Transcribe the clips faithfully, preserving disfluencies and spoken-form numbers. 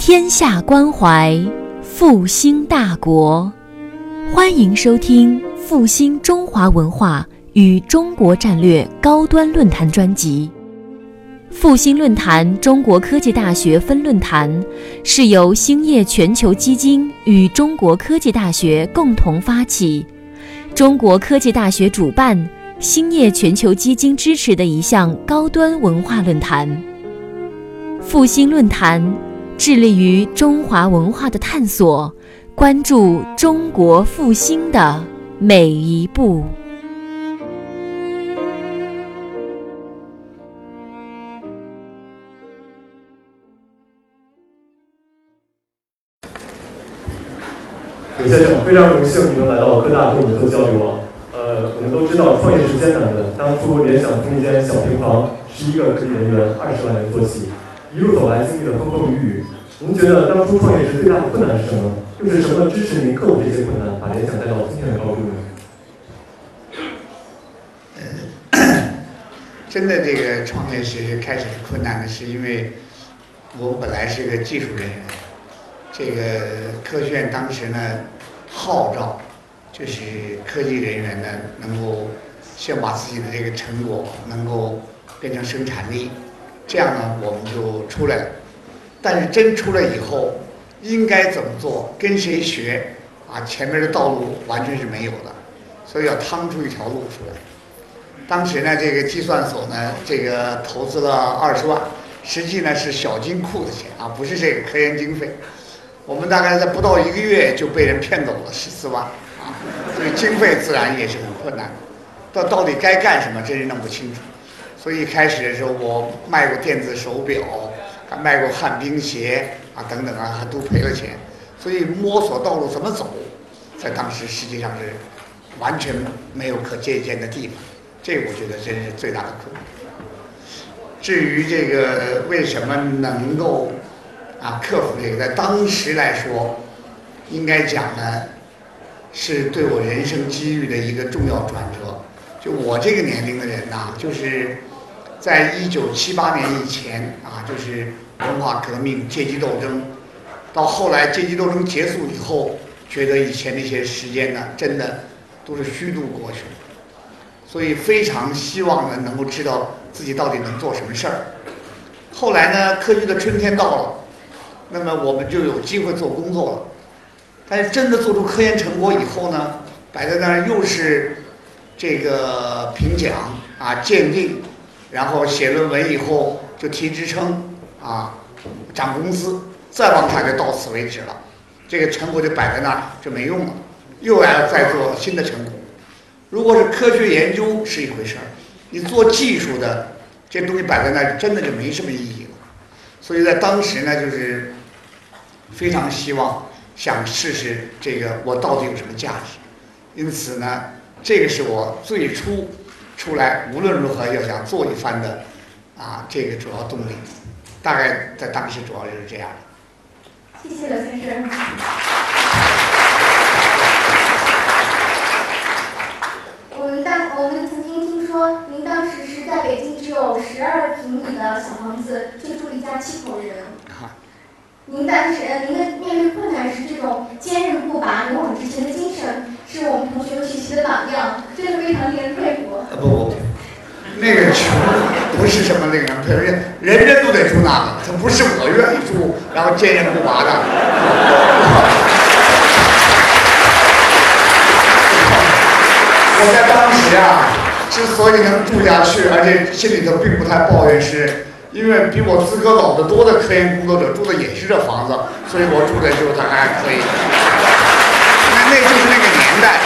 天下关怀，复兴大国。欢迎收听复兴中华文化与中国战略高端论坛专辑。复兴论坛中国科技大学分论坛是由兴业全球基金与中国科技大学共同发起，中国科技大学主办，兴业全球基金支持的一项高端文化论坛。复兴论坛致力于中华文化的探索，关注中国复兴的每一步。 李先生，非常荣幸你能来到科大跟我们做交流啊。呃，我们都知道创业是艰难的，当初联想从一间小平房，十一个科技人员，二十万人做起，一路走来经历了风风雨雨。您觉得当初创业时最大的困难是什么？又是什么支持您克服这些困难，把联想带到今天的高度呢？ 呃，真的这个创业时开始是困难的，是因为我本来是个技术人员，这个科学院当时呢号召，就是科技人员呢能够先把自己的这个成果能够变成生产力，这样呢我们就出来了。但是真出来以后，应该怎么做，跟谁学啊？前面的道路完全是没有的，所以要趟出一条路出来。当时呢，这个计算所呢，这个投资了二十万，实际呢是小金库的钱啊，不是这个科研经费。我们大概在不到一个月就被人骗走了十四万啊，所以经费自然也是很困难。到到底该干什么，真是弄不清楚。所以开始的时候，我卖过电子手表。还卖过旱冰鞋啊，等等啊，还都赔了钱，所以摸索道路怎么走，在当时实际上是完全没有可借鉴的地方，这个我觉得真是最大的困难。至于这个为什么能够啊克服这个，在当时来说，应该讲呢，是对我人生机遇的一个重要转折。就我这个年龄的人呐，就是在一九七八年以前啊，就是文化革命、阶级斗争，到后来阶级斗争结束以后，觉得以前那些时间呢，真的都是虚度过去了，所以非常希望呢，能够知道自己到底能做什么事儿。后来呢，科技的春天到了，那么我们就有机会做工作了。但是真的做出科研成果以后呢，摆在那儿又是这个评奖啊、鉴定。然后写论文以后就提职称啊，涨工资，再往下就到此为止了。这个成果就摆在那儿就没用了，又要再做新的成果。如果是科学研究是一回事儿，你做技术的这东西摆在那儿真的就没什么意义了。所以在当时呢，就是非常希望想试试这个我到底有什么价值。因此呢，这个是我最初出来无论如何要想做一番的啊，这个主要动力，大概在当时主要就是这样的。 谢谢刘先生。我们当我们曾经听说，您当时是在北京只有十二平米的小房子，就住了一家七口人。 啊、 您当时您的面对困难时这种坚韧不拔、勇往直前的精神，是我们同学们学习的榜样，真的非常令人佩服。 啊不不，那个穷不是什么令人佩服，人人都得住那个，他不是我愿意住，然后坚韧不拔的。我在当时啊，之所以能住下去，而且心里头并不太抱怨，是因为比我资格老得多的科研工作者住的也是这房子，所以我住的就大概可以。那那就是那个年代。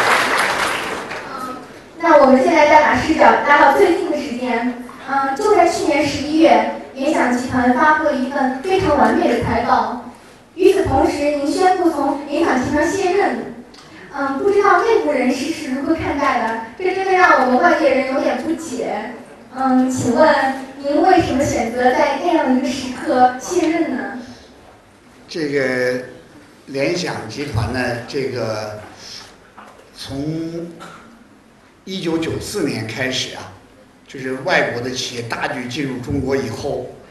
那我们现在再把视角拉到最近的时间，嗯，就在去年十一月，联想集团发布了一份非常完美的财报。与此同时，您宣布从联想集团卸任。嗯，不知道内部人士是如何看待的？这真的让我们外界人有点不解。嗯，请问您为什么选择在那样的一个时刻卸任呢？ 这个联想集团呢，这个从一九九四年开始啊，就是外国的企业大举进入中国以后，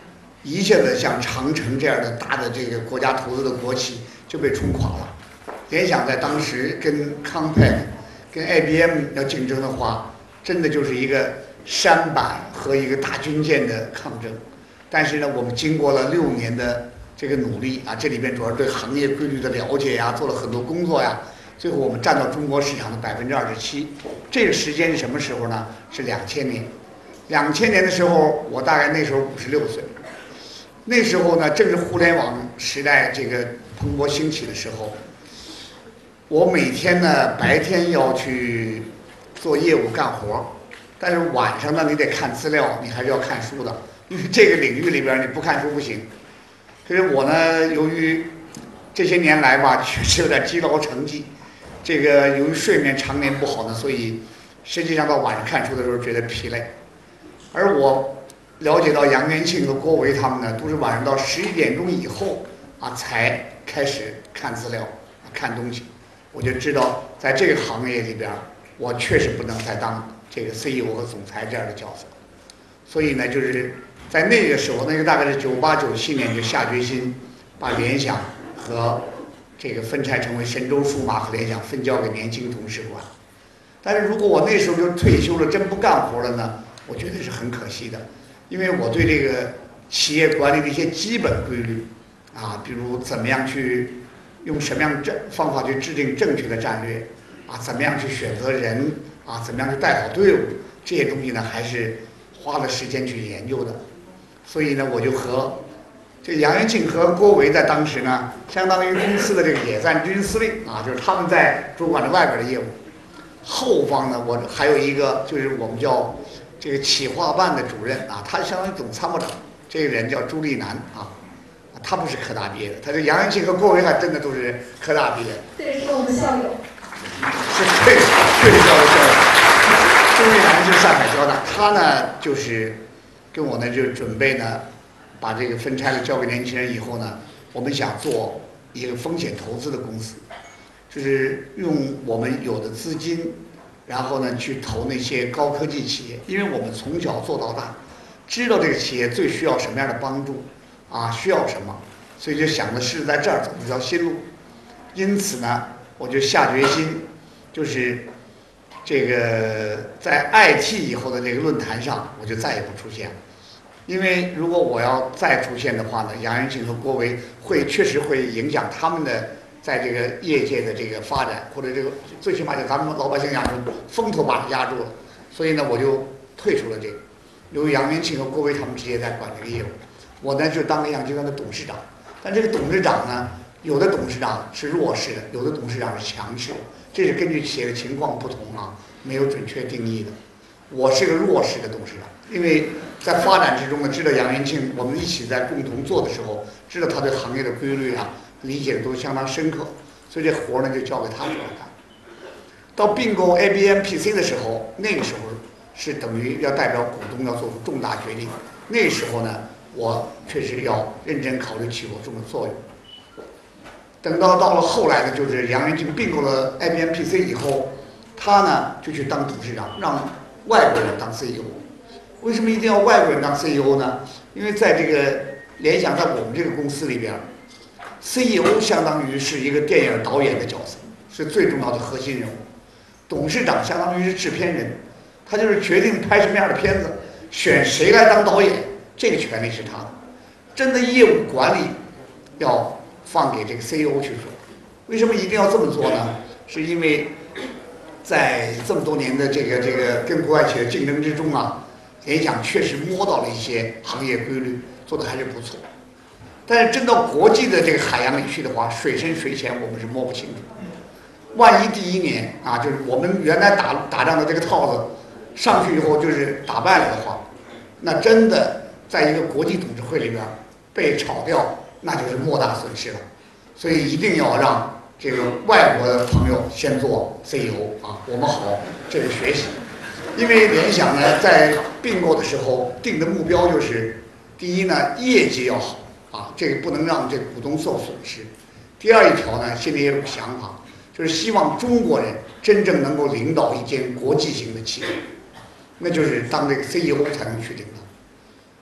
一下子像长城这样的大的这个国家投资的国企就被冲垮了。联想在当时跟康派、跟 I B M 要竞争的话，真的就是一个舢板和一个大军舰的抗争。但是呢，我们经过了六年的这个努力啊，这里边主要对行业规律的了解呀，做了很多工作呀，最后我们占到中国市场的百分之二十七。这个时间是什么时候呢？是两千年。两千年的时候，我大概那时候五十六岁。那时候呢，正是互联网时代这个蓬勃兴起的时候。我每天呢，白天要去做业务干活，但是晚上呢，你得看资料，你还是要看书的，因为这个领域里边你不看书不行。可是我呢，由于这些年来吧，确实有点积劳成疾，这个由于睡眠常年不好呢，所以实际上到晚上看书的时候觉得疲累。而我了解到杨元庆和郭维他们呢，都是晚上到十一点钟以后啊才开始看资料、看东西。我就知道，在这个行业里边，我确实不能再当这个 C E O 和总裁这样的角色。所以呢，就是在那个时候，那个大概是九八九七年，就下决心把联想和这个分拆成为神州数码和联想分交给年轻董事管。但是如果我那时候就退休了，真不干活了呢，我觉得是很可惜的，因为我对这个企业管理的一些基本规律啊，比如怎么样去用什么样的方法去制定正确的战略啊，怎么样去选择人啊，怎么样去带好队伍，这些东西呢，还是花了时间去研究的。所以呢，我就和这杨元庆和郭维在当时呢，相当于公司的这个野战军司令啊，就是他们在主管着外边的业务。后方呢，我还有一个就是我们叫这个企划办的主任啊，他相当于总参谋长，这个人叫朱立南啊，他不是科大毕业的，他这杨元庆和郭维还真的都是科大毕业的。 对，是我们校友。 是对，对校友校友。朱立南是上海交大，他呢就是跟我呢就准备呢把这个分拆了交给年轻人以后呢，我们想做一个风险投资的公司。就是用我们有的资金，然后呢去投那些高科技企业，因为我们从小做到大，知道这个企业最需要什么样的帮助，啊需要什么，所以就想的是在这儿走这条新路。因此呢，我就下决心，就是这个在 I T 以后的这个论坛上，我就再也不出现了。因为如果我要再出现的话呢，杨元庆和郭维会确实会影响他们的在这个业界的这个发展，或者这个最起码就咱们老百姓讲说风头把它压住了，所以呢我就退出了这个。由于杨元庆和郭维他们直接在管这个业务，我呢就当联想集团的董事长。但这个董事长呢，有的董事长是弱势的，有的董事长是强势的，这是根据企业的情况不同啊，没有准确定义的。我是个弱势的董事长，因为在发展之中呢，知道杨元庆，我们一起在共同做的时候，知道他对行业的规律啊。理解的都相当深刻，所以这活呢就交给他主要干。到并购 I B M P C 的时候，那个时候是等于要代表股东要做出重大决定，那时候呢，我确实要认真考虑起我这种作用。等到到了后来呢，就是杨元庆并购了 I B M P C 以后，他呢就去当董事长，让外国人当 C E O。为什么一定要外国人当 C E O 呢？因为在这个联想，在我们这个公司里边。C E O 相当于是一个电影导演的角色，是最重要的核心人物。董事长相当于是制片人，他就是决定拍什么样的片子，选谁来当导演，这个权利是他的。真的业务管理要放给这个 C E O 去做。为什么一定要这么做呢？是因为在这么多年的这个这个跟国外企业竞争之中啊，联想确实摸到了一些行业规律，做的还是不错。但是真到国际的这个海洋里去的话，水深水浅我们是摸不清楚。万一第一年啊，就是我们原来打打仗的这个套子上去以后就是打败了的话，那真的在一个国际董事会里边被炒掉，那就是莫大损失了。所以一定要让这个外国的朋友先做 C E O 啊，我们好这个学习。因为联想呢在并购的时候定的目标就是，第一呢业绩要好。啊，这个不能让这个股东受损失。第二一条呢，心里也有个想法，就是希望中国人真正能够领导一间国际型的企业，那就是当这个 C E O 才能去领导。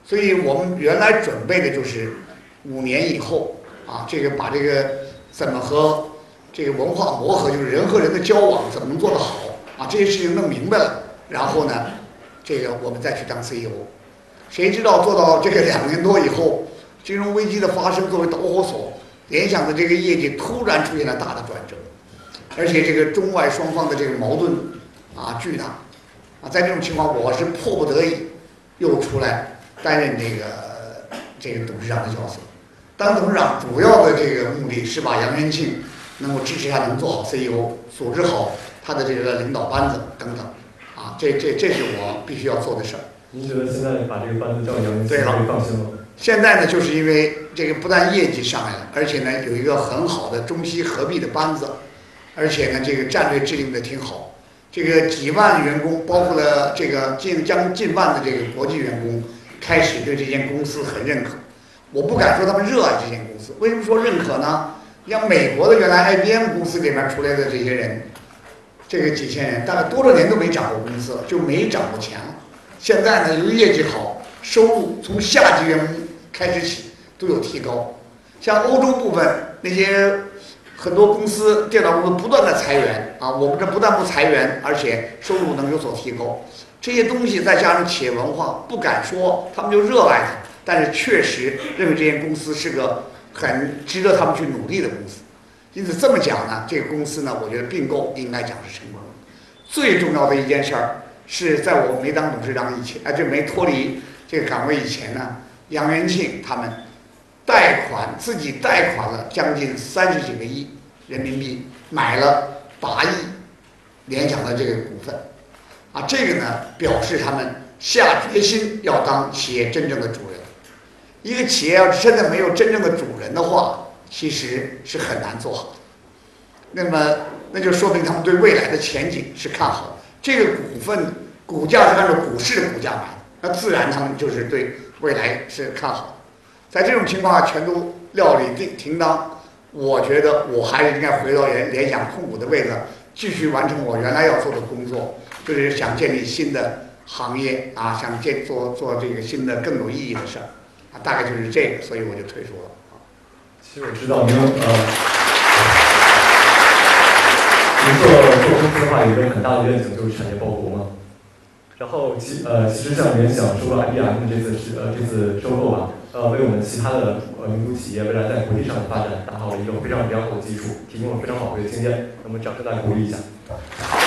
所以我们原来准备的就是五年以后啊，这个把这个怎么和这个文化磨合，就是人和人的交往怎么能做得好啊，这些事情弄明白了，然后呢，这个我们再去当 C E O。谁知道做到这个两年多以后，金融危机的发生作为导火索，联想的这个业绩突然出现了大的转折，而且这个中外双方的这个矛盾啊巨大啊，在这种情况，我是迫不得已又出来担任这个这个董事长的角色。当董事长主要的这个目的是把杨元庆能够支持他能做好 C E O， 组织好他的这个领导班子等等啊，这这这是我必须要做的事儿。 您觉得现在把这个班子交给杨元庆，可以放心吗？ 现在呢，就是因为这个不但业绩上来了，而且呢有一个很好的中西合璧的班子，而且呢这个战略制定的挺好。这个几万员工，包括了这个近将近万的这个国际员工，开始对这间公司很认可。我不敢说他们热爱这间公司，为什么说认可呢？像美国的原来 I B M 公司里面出来的这些人，这个几千人，大概多少年都没涨过公司了，就没涨过钱了。现在呢，由于业绩好，收入从下级员工开始起都有提高。像欧洲部分那些很多公司，电脑公司不断的裁员啊，我们这不但不裁员，而且收入能有所提高。这些东西再加上企业文化，不敢说他们就热爱它，但是确实认为这间公司是个很值得他们去努力的公司。因此这么讲呢，这个公司呢，我觉得并购应该讲是成功。最重要的一件事儿是在我没当董事长以前，啊，就没脱离这个岗位以前呢，杨元庆他们贷款自己贷款了将近三十几个亿人民币，买了八亿联想的这个股份，啊，这个呢表示他们下决心要当企业真正的主人。一个企业要是真的没有真正的主人的话，其实是很难做好的。那么那就说明他们对未来的前景是看好的。这个股份股价是按照股市的股价买的，那自然他们就是对未来是看好的。在这种情况下，全都料理定停当，我觉得我还是应该回到联联想控股的位置，继续完成我原来要做的工作，就是想建立新的行业啊，想建做做这个新的更有意义的事儿啊，大概就是这个，所以我就退出了。 其实我知道您呃，您做做公司的话，有一个很大的愿景就是产业报国嘛。然后其呃，其实像联想收购 I B M 这次是呃这次收购吧，呃，为我们其他的呃民族企业未来在国际上的发展打好了一个非常良好的基础，提供了非常宝贵的经验。那么掌声来鼓励一下。呃，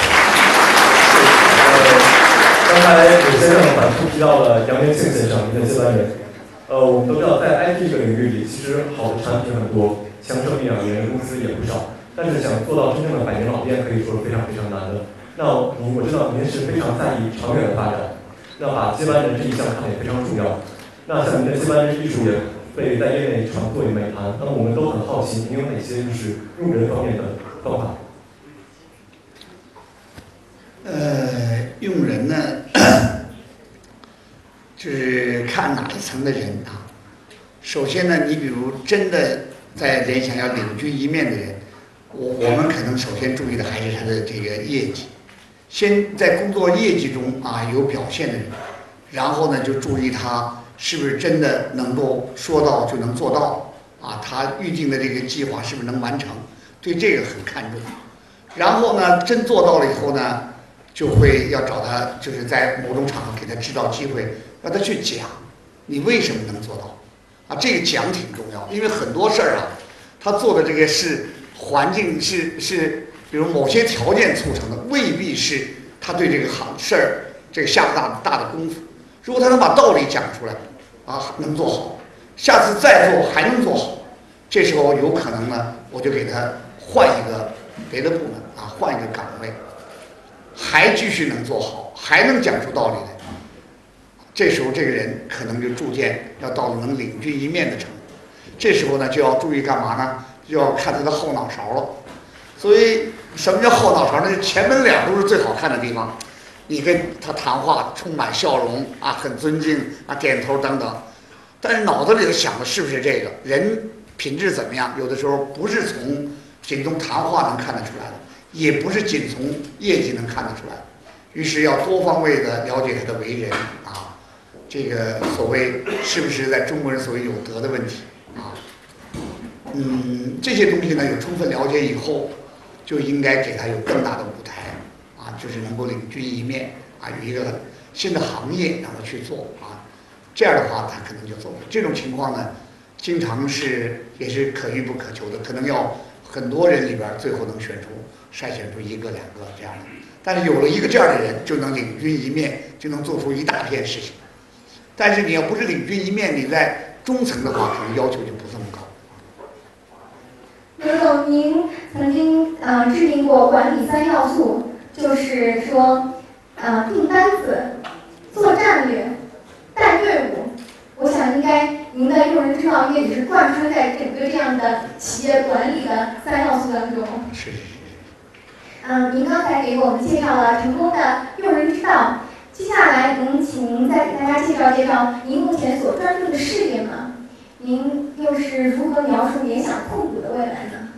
刚才有先生反复提到了杨元庆先生，您的接班人。呃，我们都知道，在 I T 这个领域里，其实好的产品很多，强生力养人公司也不少，但是想做到真正的百年老店，可以说是非常非常难的。那您我知道您是非常在意长远的发展，那把接班人这一项看得也非常重要。那像您的接班人艺术也被在业内传作为美谈，那么我们都很好奇，您有哪些就是用人方面的方法？ 呃，用人呢？就是看哪一层的人啊。首先呢，你比如真的在联想要领军一面的人，我我们可能首先注意的还是他的这个业绩，先在工作业绩中啊有表现的人，然后呢就注意他是不是真的能够说到就能做到啊，他预定的这个计划是不是能完成，对这个很看重。然后呢，真做到了以后呢，就会要找他，就是在某种场合给他制造机会。让他去讲，你为什么能做到？啊，这个讲挺重要，因为很多事儿啊，他做的这个是环境是是，比如某些条件促成的，未必是他对这个行事儿这个下了大大的功夫。如果他能把道理讲出来，啊，能做好，下次再做还能做好，这时候有可能呢，我就给他换一个别的部门啊，换一个岗位，还继续能做好，还能讲出道理来。这时候这个人可能就逐渐要到了能领军一面的程度，这时候呢就要注意干嘛呢？就要看他的后脑勺了。所以什么叫后脑勺呢？前门脸都是最好看的地方，你跟他谈话充满笑容啊，很尊敬啊，点头等等。但是脑子里头想的是不是这个人品质怎么样？有的时候不是从仅从谈话能看得出来的，也不是仅从业绩能看得出来的。于是要多方位的了解他的为人啊。 这个所谓是不是在中国人所谓有德的问题啊。嗯，这些东西呢有充分了解以后，就应该给他有更大的舞台啊，就是能够领军一面啊，有一个新的行业让他去做啊，这样的话他可能就走了。这种情况呢，经常是也是可遇不可求的，可能要很多人里边最后能选出筛选出一个两个这样的。但是有了一个这样的人，就能领军一面，就能做出一大片事情。但是你要不是领军一面，你在中层的话，可能要求就不这么高。 刘总，您曾经呃制定过管理三要素，就是说呃定单子、做战略、带队伍。我想应该您的用人之道应该也是贯穿在整个这样的企业管理的三要素当中。 是是是。 嗯，您刚才给我们介绍了成功的用人之道，接下来能请您再给大家介绍介绍您目前所专注的事业吗？您又是如何描述联想控股的未来呢？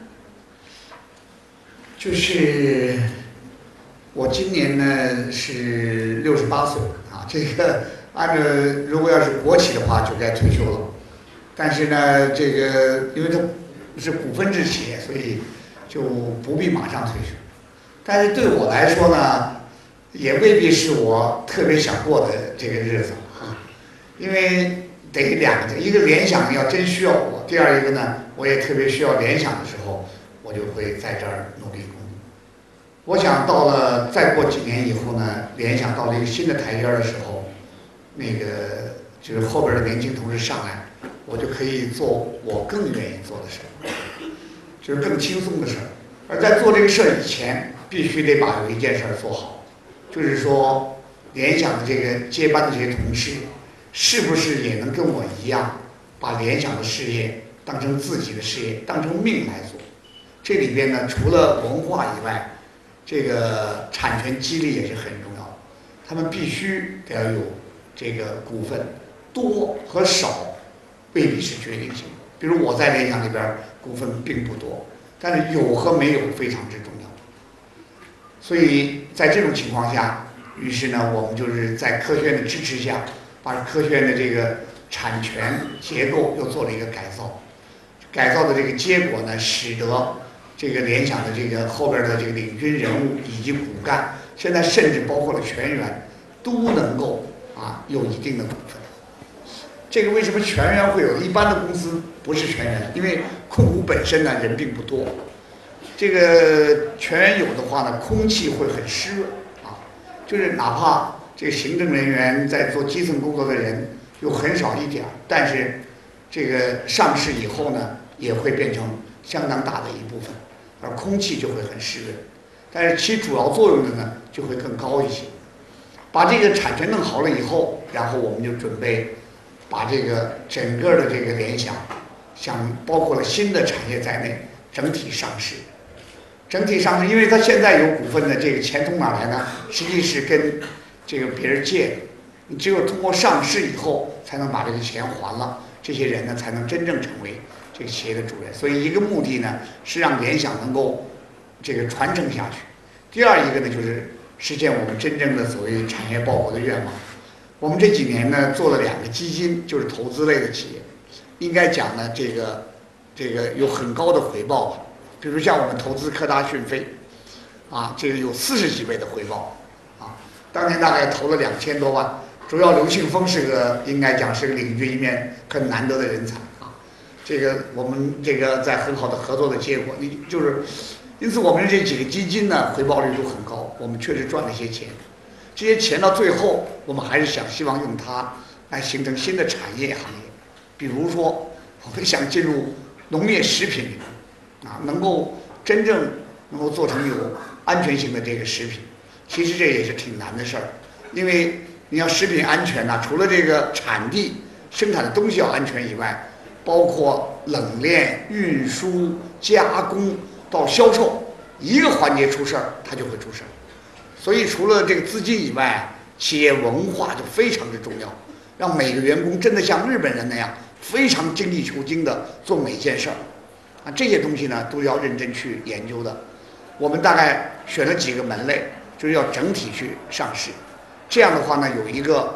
就是我今年呢是六十八岁啊，这个按照如果要是国企的话就该退休了，但是呢，这个因为它是股份制企业，所以就不必马上退休。但是对我来说呢，也未必是我特别想过的这个日子啊，因为得两个，一个联想要真需要我，第二一个呢，我也特别需要联想的时候，我就会在这儿努力工作。我想到了再过几年以后呢，联想到了一个新的台阶的时候，那个就是后边的年轻同志上来，我就可以做我更愿意做的事儿，就是更轻松的事儿。而在做这个事儿以前，必须得把有一件事儿做好，就是说联想的这个接班的这些同事，是不是也能跟我一样，把联想的事业当成自己的事业，当成命来做？这里边呢，除了文化以外，这个产权激励也是很重要的。他们必须得要有这个股份，多和少未必是决定性的。比如我在联想里边股份并不多，但是有和没有非常之重要。所以在这种情况下，于是呢，我们就是在科学院的支持下，把科学院的这个产权结构又做了一个改造。改造的这个结果呢，使得这个联想的这个后边的这个领军人物以及骨干，现在甚至包括了全员，都能够啊有一定的股份。这个为什么全员会有？一般的公司不是全员，因为控股本身呢人并不多。这个全员有的话呢，空气会很湿润啊，就是哪怕这个行政人员在做基层工作的人有很少一点，但是这个上市以后呢，也会变成相当大的一部分，而空气就会很湿润，但是其主要作用的呢就会更高一些。把这个产权弄好了以后，然后我们就准备把这个整个的这个联想，像包括了新的产业在内，整体上市。整体上市，因为它现在有股份的这个钱从哪来呢？实际是跟这个别人借的，你只有通过上市以后，才能把这个钱还了，这些人呢才能真正成为这个企业的主人。所以一个目的呢是让联想能够这个传承下去，第二一个呢就是实现我们真正的所谓产业报国的愿望。我们这几年呢做了两个基金，就是投资类的企业，应该讲呢这个这个有很高的回报吧。比如像我们投资科大讯飞，啊，这个有四十几倍的回报，啊，当年大概投了两千多万。主要刘庆峰是个应该讲是个领军一面很难得的人才啊，这个我们这个在很好的合作的结果，你就是，因此我们这几个基金呢回报率都很高，我们确实赚了些钱。这些钱到最后，我们还是想希望用它来形成新的产业行业，比如说我们想进入农业食品领域。啊，能够真正能够做成有安全性的这个食品，其实这也是挺难的事儿，因为你要食品安全呐，除了这个产地生产的东西要安全以外，包括冷链、运输、加工到销售，一个环节出事儿，它就会出事儿。所以除了这个资金以外，企业文化就非常之重要，让每个员工真的像日本人那样非常精益求精的做每件事儿。啊，这些东西呢都要认真去研究的。我们大概选了几个门类，就是要整体去上市。这样的话呢，有一个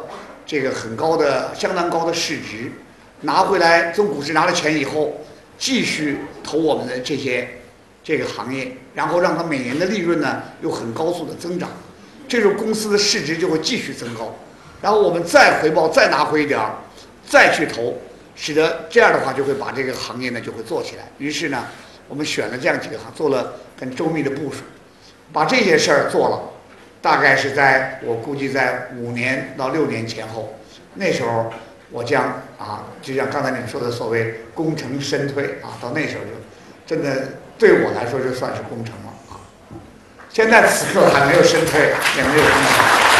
这个很高的、相当高的市值，拿回来从股市拿了钱以后，继续投我们的这些这个行业，然后让它每年的利润呢有很高速的增长，这种公司的市值就会继续增高，然后我们再回报，再拿回一点儿，再去投，使得这样的话就会把这个行业呢就会做起来。于是呢，我们选了这样几个行，做了很周密的部署，把这些事儿做了。大概是在我估计在五年到六年前后，那时候我将啊，就像刚才你们说的所谓功成身退啊，到那时候就真的对我来说就算是功成了啊。现在此刻还没有身退，也没有功成。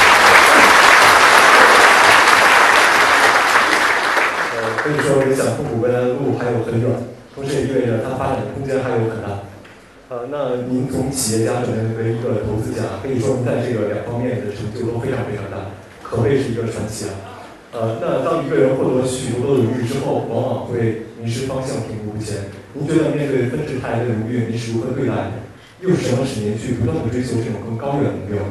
呃，可以说联想控股未来的路还有很远，同时也意味着它发展的空间还有很大。呃，那您从企业家转变为一个投资家，可以说您在这个两方面的成就都非常非常大，可谓是一个传奇啊。呃，那当一个人获得许多的荣誉之后，往往会迷失方向，停步不前。您觉得面对纷至沓来的荣誉，您是如何对待的？又是什么使您去不断的追求这种更高远的目标？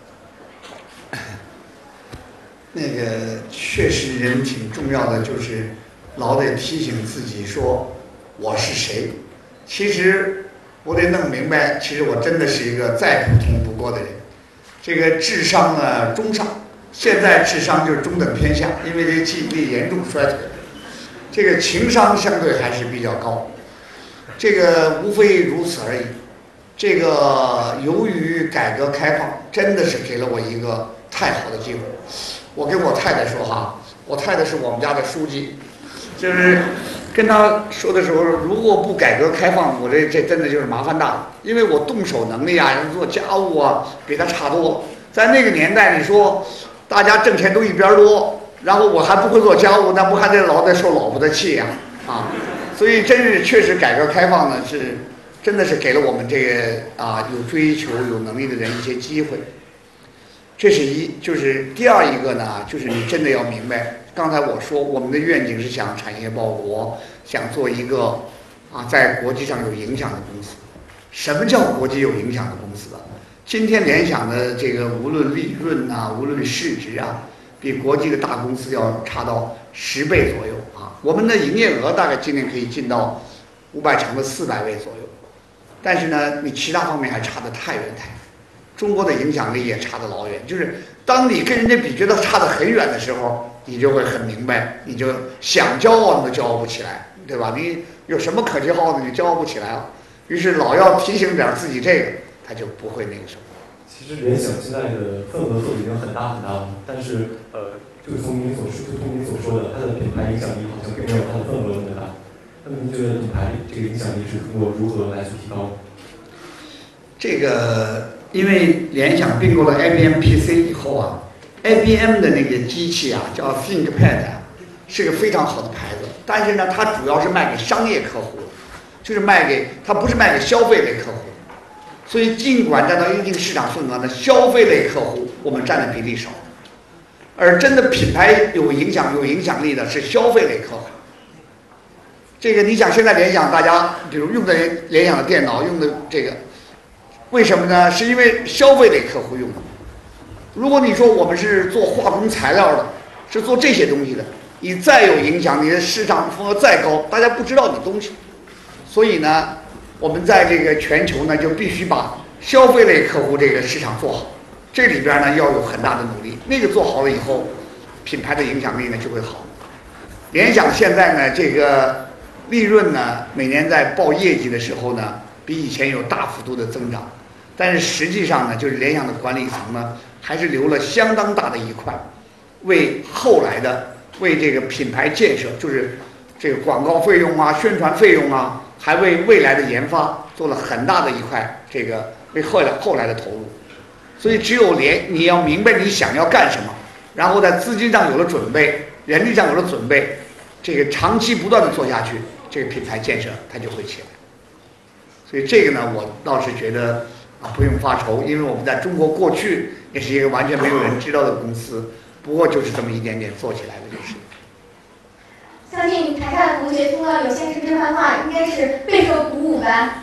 那个确实人挺重要的，就是老得提醒自己说我是谁。其实我得弄明白，其实我真的是一个再普通不过的人。这个智商呢中上，现在智商就是中等偏下，因为这个记忆力严重衰退。这个情商相对还是比较高，这个无非如此而已。这个由于改革开放，真的是给了我一个太好的机会。我跟我太太说哈，我太太是我们家的书记，就是跟他说的时候，如果不改革开放，我这这真的就是麻烦大了，因为我动手能力啊，做家务啊，比他差多了。在那个年代，你说大家挣钱都一边多，然后我还不会做家务，那不还得老得受老婆的气呀、啊？啊，所以真是确实改革开放呢，是真的是给了我们这个啊有追求、有能力的人一些机会。这是一，就是第二一个呢，就是你真的要明白。刚才我说，我们的愿景是想产业报国，想做一个啊，在国际上有影响的公司。什么叫国际有影响的公司啊？今天联想的这个无论利润啊，无论市值啊，比国际的大公司要差到十倍左右啊。我们的营业额大概今年可以进到五百强的四百位左右，但是呢，你其他方面还差得太远太远。中国的影响力也差得老远，就是当你跟人家比觉得差得很远的时候，你就会很明白，你就想骄傲你都骄傲不起来，对吧？你有什么可骄傲的，你骄傲不起来了。于是老要提醒点自己这个，他就不会那个什么。 其实联想现在的份额做的已经很大很大了，但是呃，就从您所说，就从您所说的，它的品牌影响力好像并没有它的份额那么大。那么您觉得品牌这个影响力是通过如何来去提高？ 这个。因为联想并购了 I B M P C 以后啊 ，I B M 的那个机器啊叫 ThinkPad 啊，是个非常好的牌子。但是呢，它主要是卖给商业客户，就是卖给它不是卖给消费类客户。所以尽管占到一定市场份额呢，消费类客户我们占的比例少，而真的品牌有影响、有影响力的是消费类客户。这个你想，现在联想大家比如用的联想的电脑，用的这个。为什么呢？是因为消费类客户用的。如果你说我们是做化工材料的，是做这些东西的，你再有影响，你的市场份额再高，大家不知道你的东西。所以呢，我们在这个全球呢，就必须把消费类客户这个市场做好。这里边呢要有很大的努力，那个做好了以后，品牌的影响力呢就会好。联想现在呢，这个利润呢，每年在报业绩的时候呢，比以前有大幅度的增长。但是实际上呢，就是联想的管理层呢，还是留了相当大的一块，为后来的为这个品牌建设，就是这个广告费用啊、宣传费用啊，还为未来的研发做了很大的一块，这个为后来后来的投入。所以只有联你要明白你想要干什么，然后在资金上有了准备，人力上有了准备，这个长期不断的做下去，这个品牌建设它就会起来。所以这个呢，我倒是觉得。啊，不用发愁，因为我们在中国过去也是一个完全没有人知道的公司，不过就是这么一点点做起来的，就是。 相信台下的同学听到有先生这番话，应该是备受鼓舞吧。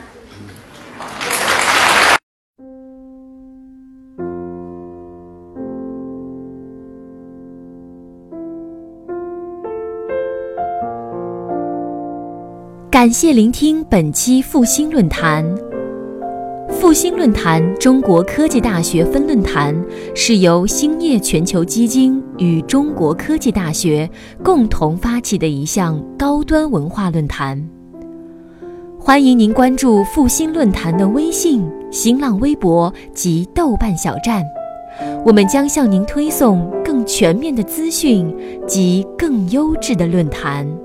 感谢聆听本期复兴论坛。复兴论坛中国科技大学分论坛是由兴业全球基金与中国科技大学共同发起的一项高端文化论坛。欢迎您关注复兴论坛的微信、新浪微博及豆瓣小站，我们将向您推送更全面的资讯及更优质的论坛。